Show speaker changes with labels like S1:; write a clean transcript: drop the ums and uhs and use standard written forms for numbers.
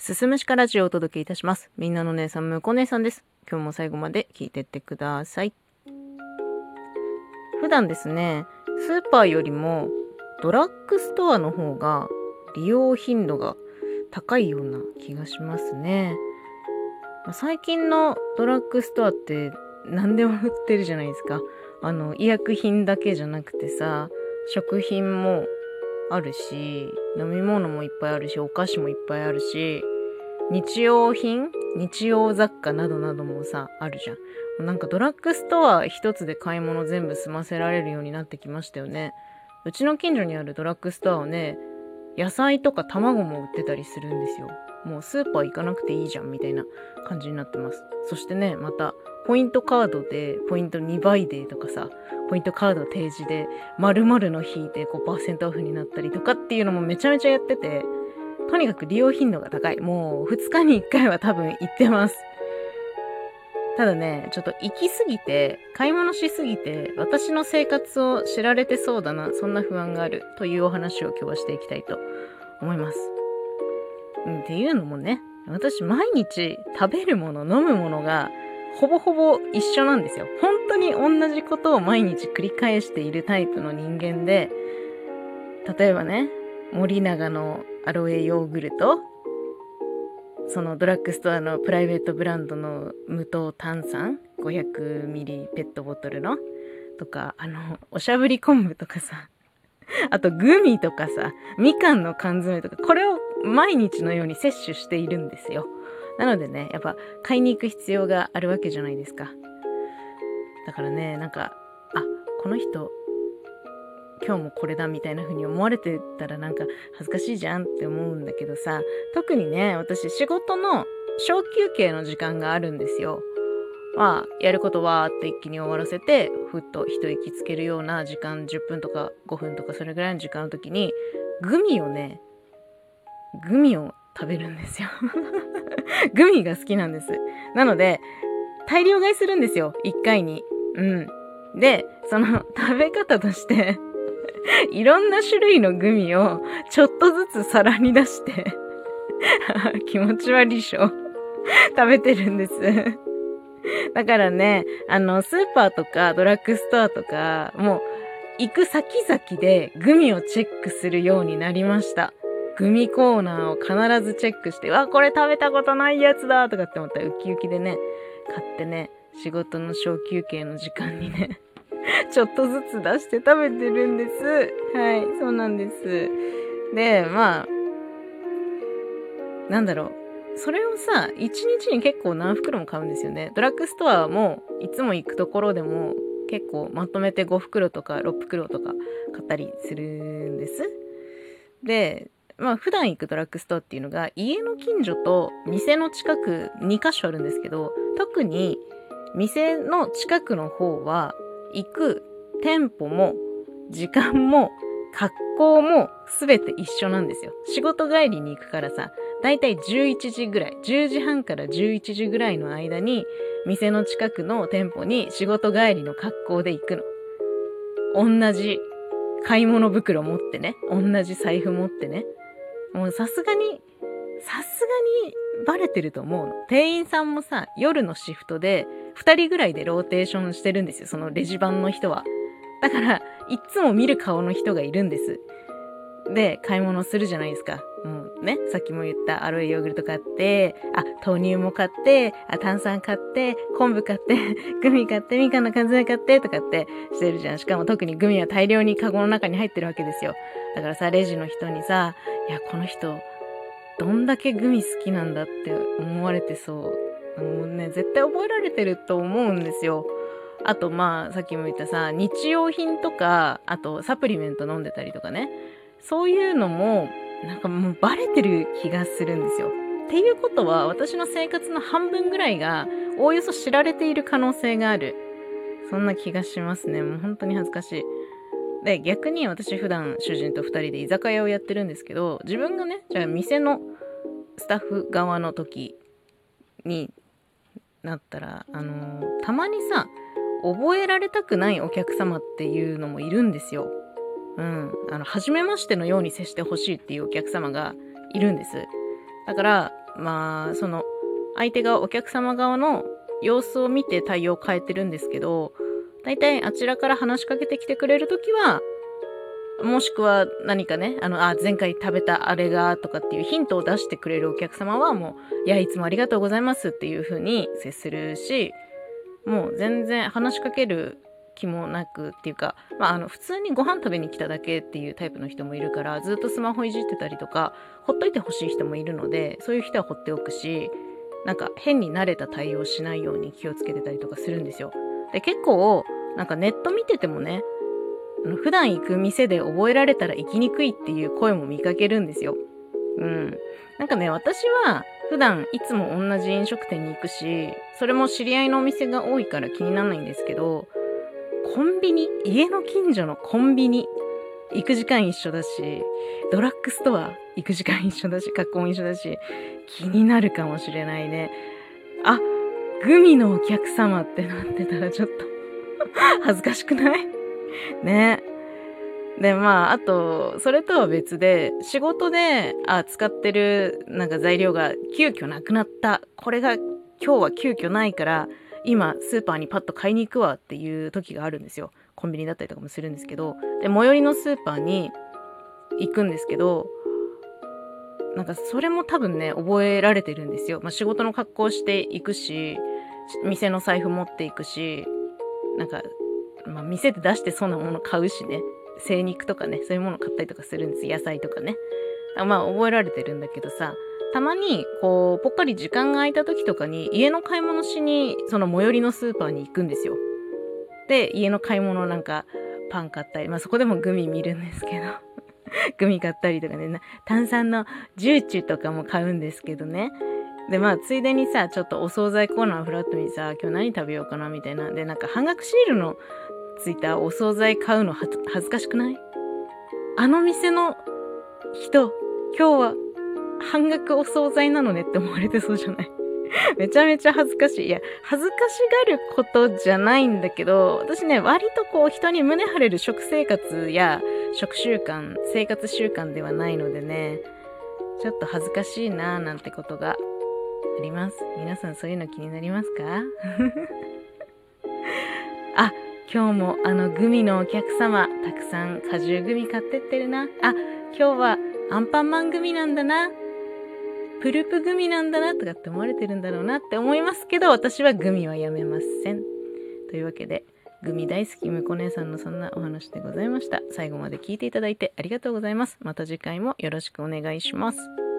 S1: すすむしかラジオをお届けいたします。みんなの姉さん、むこ姉さんです。今日も最後まで聞いてってください。普段ですね、スーパーよりもドラッグストアの方が利用頻度が高いような気がしますね。最近のドラッグストアって何でも売ってるじゃないですか。医薬品だけじゃなくてさ、食品もあるし、飲み物もいっぱいあるし、お菓子もいっぱいあるし、日用品、日用雑貨などなどもさ、あるじゃん。なんかドラッグストア一つで買い物全部済ませられるようになってきましたよね。うちの近所にあるドラッグストアはね、野菜とか卵も売ってたりするんですよ。もうスーパー行かなくていいじゃんみたいな感じになってます。そしてね、またポイントカードでポイント2倍デーとかさ、ポイントカード提示で〇〇の引いて 5% オフになったりとかっていうのもめちゃめちゃやってて、とにかく利用頻度が高い。もう2日に1回は多分行ってます。ただね、ちょっと行きすぎて、買い物しすぎて、私の生活を知られてそうだな、そんな不安があるというお話を今日はしていきたいと思います。っていうのもね、私毎日食べるもの、飲むものがほぼほぼ一緒なんですよ。本当に同じことを毎日繰り返しているタイプの人間で、例えばね、森永のアロエヨーグルト、そのドラッグストアのプライベートブランドの無糖炭酸 500ml ペットボトルのとか、おしゃぶり昆布とかさ、あとグミとかさ、みかんの缶詰とか、これを毎日のように摂取しているんですよ。なのでね、やっぱ買いに行く必要があるわけじゃないですか。だからね、なんか、この人今日もこれだみたいな風に思われてたらなんか恥ずかしいじゃんって思うんだけどさ、特にね、私仕事の小休憩の時間があるんですよ。やることはって一気に終わらせて、ふっと一息つけるような時間、10分とか5分とかそれぐらいの時間の時に、グミを食べるんですよ。グミが好きなんです。なので、大量買いするんですよ、1回に。で、その食べ方としていろんな種類のグミをちょっとずつ皿に出して気持ち悪いでしょ食べてるんです。だからね、スーパーとかドラッグストアとか、もう行く先々でグミをチェックするようになりました。グミコーナーを必ずチェックして、これ食べたことないやつだとかって思ったらウキウキでね、買ってね、仕事の小休憩の時間にね、ちょっとずつ出して食べてるんです。はい、そうなんです。で、なんだろう。それをさ、1日に結構何袋も買うんですよね。ドラッグストアもいつも行くところでも結構まとめて5袋とか6袋とか買ったりするんです。で、普段行くドラッグストアっていうのが家の近所と店の近く2カ所あるんですけど、特に店の近くの方は行く店舗も時間も格好もすべて一緒なんですよ。仕事帰りに行くからさ、だいたい11時ぐらい、10時半から11時ぐらいの間に店の近くの店舗に仕事帰りの格好で行くの。同じ買い物袋持ってね、同じ財布持ってね。もうさすがにバレてると思うの。店員さんもさ、夜のシフトで2人ぐらいでローテーションしてるんですよ、そのレジ番の人は。だから、いつも見る顔の人がいるんです。で、買い物するじゃないですか。もうね、さっきも言ったアロエヨーグルト買って、豆乳も買って、炭酸買って、昆布買って、グミ買って、みかんの缶詰買ってとかってしてるじゃん。しかも特にグミは大量にカゴの中に入ってるわけですよ。だからさ、レジの人にさ、この人、どんだけグミ好きなんだって思われてそう。もうね、絶対覚えられてると思うんですよ。あとさっきも言ったさ、日用品とか、あとサプリメント飲んでたりとかね。そういうのも、なんかもうバレてる気がするんですよ。っていうことは、私の生活の半分ぐらいが、おおよそ知られている可能性がある。そんな気がしますね。もう本当に恥ずかしい。で、逆に私普段主人と2人で居酒屋をやってるんですけど、自分がね、じゃあ店のスタッフ側の時になったら、たまにさ、覚えられたくないお客様っていうのもいるんですよ。初めましてのように接してほしいっていうお客様がいるんです。 だから、まあ、相手がお客様側の様子を見て対応を変えてるんですけど、大体あちらから話しかけてきてくれるときは、もしくは何かね、前回食べたあれがとかっていうヒントを出してくれるお客様はもう、いや、いつもありがとうございますっていう風に接するし、もう全然話しかける気もなくっていうか、普通にご飯食べに来ただけっていうタイプの人もいるから、ずっとスマホいじってたりとか、ほっといてほしい人もいるので、そういう人はほっておくし、なんか変に慣れた対応しないように気をつけてたりとかするんですよ。で、結構、なんかネット見ててもね、普段行く店で覚えられたら行きにくいっていう声も見かけるんですよ。なんかね、私は普段いつも同じ飲食店に行くし、それも知り合いのお店が多いから気にならないんですけど、家の近所のコンビニ行く時間一緒だし、ドラッグストア行く時間一緒だし、格好も一緒だし、気になるかもしれないね。あ、グミのお客様ってなってたらちょっと恥ずかしくないね。で、あと、それとは別で、仕事で、使ってる、なんか材料が急遽なくなった。これが今日は急遽ないから、今、スーパーにパッと買いに行くわっていう時があるんですよ。コンビニだったりとかもするんですけど。で、最寄りのスーパーに行くんですけど、なんかそれも多分ね、覚えられてるんですよ。仕事の格好して行くし、店の財布持っていくし、なんか、店で出してそうなもの買うしね。精肉とかね、そういうもの買ったりとかするんです。野菜とかね。覚えられてるんだけどさ、たまに、ぽっかり時間が空いた時とかに、家の買い物しに、その最寄りのスーパーに行くんですよ。で、家の買い物なんか、パン買ったり、そこでもグミ見るんですけど、グミ買ったりとかね、炭酸のジューチュとかも買うんですけどね。で、ついでにさ、ちょっとお惣菜コーナーフラットにさ、今日何食べようかなみたいな。で、なんか半額シールのついたお惣菜買うの恥ずかしくない？あの店の人、今日は半額お惣菜なのねって思われてそうじゃない？めちゃめちゃ恥ずかしい。いや、恥ずかしがることじゃないんだけど、私ね、割と人に胸張れる食生活や食習慣、生活習慣ではないのでね、ちょっと恥ずかしいなーなんてことがあります。皆さんそういうの気になりますか？今日もグミのお客様、たくさん果汁グミ買ってってるな。今日はアンパンマングミなんだな。プルプグミなんだなとかって思われてるんだろうなって思いますけど、私はグミはやめません。というわけで、グミ大好きむこ姉さんのそんなお話でございました。最後まで聞いていただいてありがとうございます。また次回もよろしくお願いします。